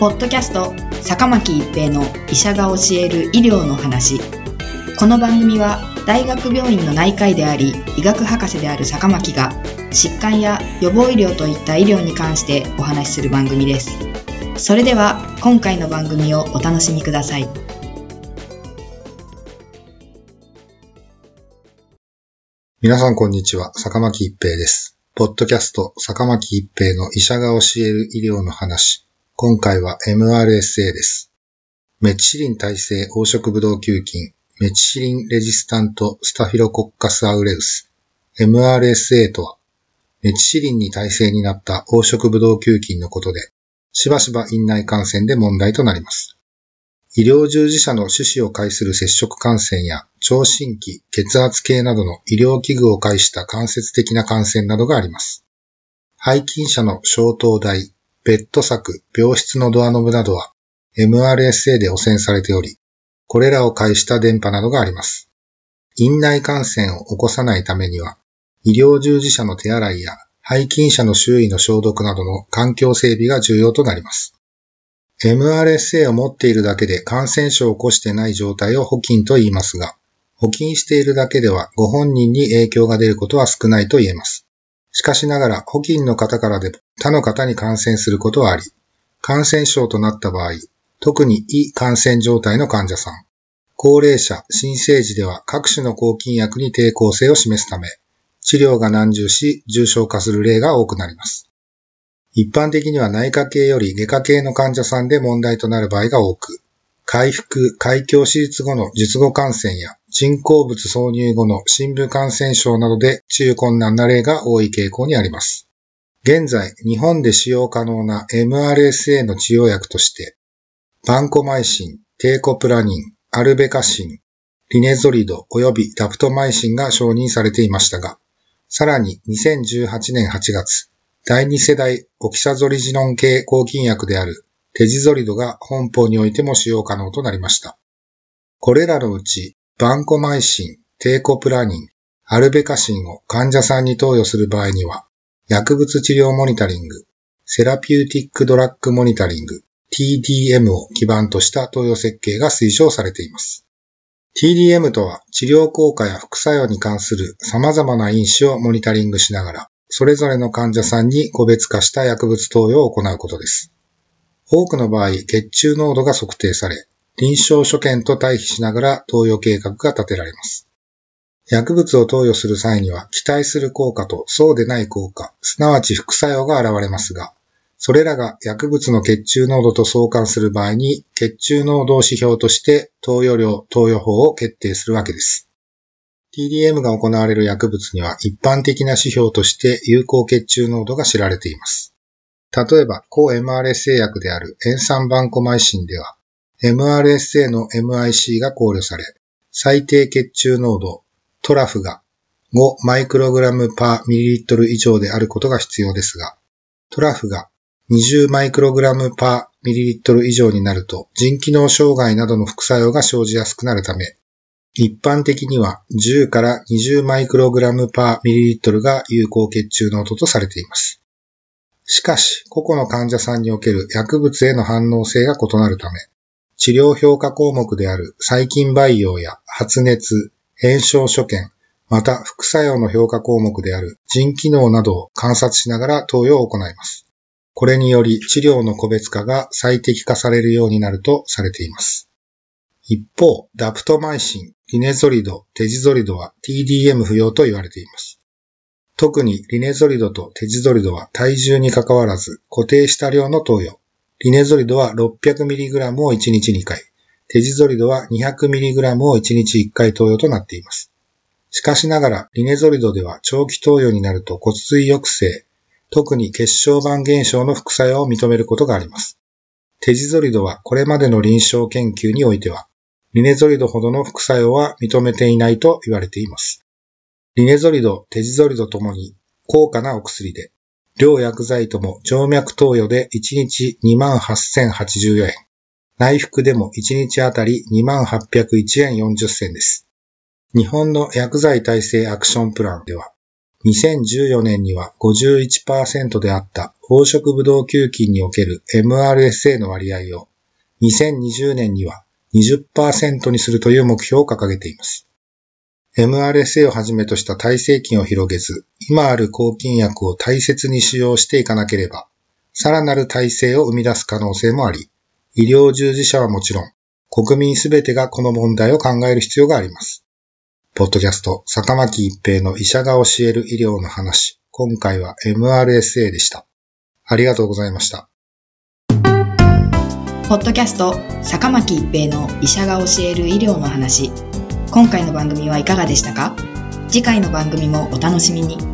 ポッドキャスト坂巻一平の医者が教える医療の話。この番組は大学病院の内科医であり医学博士である坂巻が疾患や予防医療といった医療に関してお話しする番組です。それでは今回の番組をお楽しみください。 皆さんこんにちは、坂巻一平です。ポッドキャスト坂巻一平の医者が教える医療の話。今回は MRSA です。メチシリン耐性黄色ブドウ球菌、メチシリンレジスタントスタフィロコッカスアウレウス。MRSA とは、メチシリンに耐性になった黄色ブドウ球菌のことで、しばしば院内感染で問題となります。医療従事者の手指を介する接触感染や聴診器、血圧計などの医療器具を介した間接的な感染などがあります。背筋者の消灯台、ベッド柵、病室のドアノブなどは MRSA で汚染されており、これらを介した電波などがあります。院内感染を起こさないためには、医療従事者の手洗いや背筋者の周囲の消毒などの環境整備が重要となります。MRSA を持っているだけで感染症を起こしていない状態を補菌と言いますが、補菌しているだけではご本人に影響が出ることは少ないと言えます。しかしながら補菌の方からでも他の方に感染することはあり、感染症となった場合、特に胃感染状態の患者さん、高齢者、新生児では各種の抗菌薬に抵抗性を示すため、治療が難重し重症化する例が多くなります。一般的には内科系より外科系の患者さんで問題となる場合が多く、開腹、開胸手術後の術後感染や人工物挿入後の深部感染症などで治癒困難な例が多い傾向にあります。現在、日本で使用可能な MRSA の治療薬として、バンコマイシン、テーコプラニン、アルベカシン、リネゾリド及びダプトマイシンが承認されていましたが、さらに2018年8月、第2世代オキサゾリジノン系抗菌薬であるテジゾリドが本法においても使用可能となりました。これらのうち、バンコマイシン、テーコプラニン、アルベカシンを患者さんに投与する場合には、薬物治療モニタリング、セラピューティックドラッグモニタリング、TDM を基盤とした投与設計が推奨されています。TDM とは治療効果や副作用に関する様々な因子をモニタリングしながら、それぞれの患者さんに個別化した薬物投与を行うことです。多くの場合、血中濃度が測定され、臨床所見と対比しながら投与計画が立てられます。薬物を投与する際には期待する効果とそうでない効果、すなわち副作用が現れますが、それらが薬物の血中濃度と相関する場合に血中濃度を指標として投与量、投与法を決定するわけです。TDM が行われる薬物には一般的な指標として有効血中濃度が知られています。例えば、抗 MRSA 薬である塩酸バンコマイシンでは、MRSA の MIC が考慮され、最低血中濃度、トラフが5マイクログラムパーミリリットル以上であることが必要ですが、トラフが20マイクログラムパーミリリットル以上になると、腎機能障害などの副作用が生じやすくなるため、一般的には10から20マイクログラムパーミリリットルが有効血中濃度とされています。しかし、個々の患者さんにおける薬物への反応性が異なるため、治療評価項目である細菌培養や発熱、炎症所見、また副作用の評価項目である腎機能などを観察しながら投与を行います。これにより治療の個別化が最適化されるようになるとされています。一方、ダプトマイシン、リネゾリド、テジゾリドは TDM 不要と言われています。特にリネゾリドとテジゾリドは体重に関わらず固定した量の投与。リネゾリドは 600mg を1日2回、テジゾリドは 200mg を1日1回投与となっています。しかしながらリネゾリドでは長期投与になると骨髄抑制、特に血小板減少の副作用を認めることがあります。テジゾリドはこれまでの臨床研究においては、リネゾリドほどの副作用は認めていないと言われています。リネゾリド、テジゾリドともに高価なお薬で、両薬剤とも静脈投与で1日28,084円、内服でも1日あたり2801円40銭です。日本の薬剤耐性アクションプランでは、 2014年には 51% であった黄色ブドウ球菌における MRSA の割合を2020年には 20% にするという目標を掲げています。MRSA をはじめとした耐性菌を広げず、今ある抗菌薬を大切に使用していかなければ、さらなる耐性を生み出す可能性もあり、医療従事者はもちろん、国民すべてがこの問題を考える必要があります。ポッドキャスト、坂巻一平の医者が教える医療の話。今回は MRSA でした。ありがとうございました。 ポッドキャスト、坂巻一平の医者が教える医療の話。今回の番組はいかがでしたか？次回の番組もお楽しみに。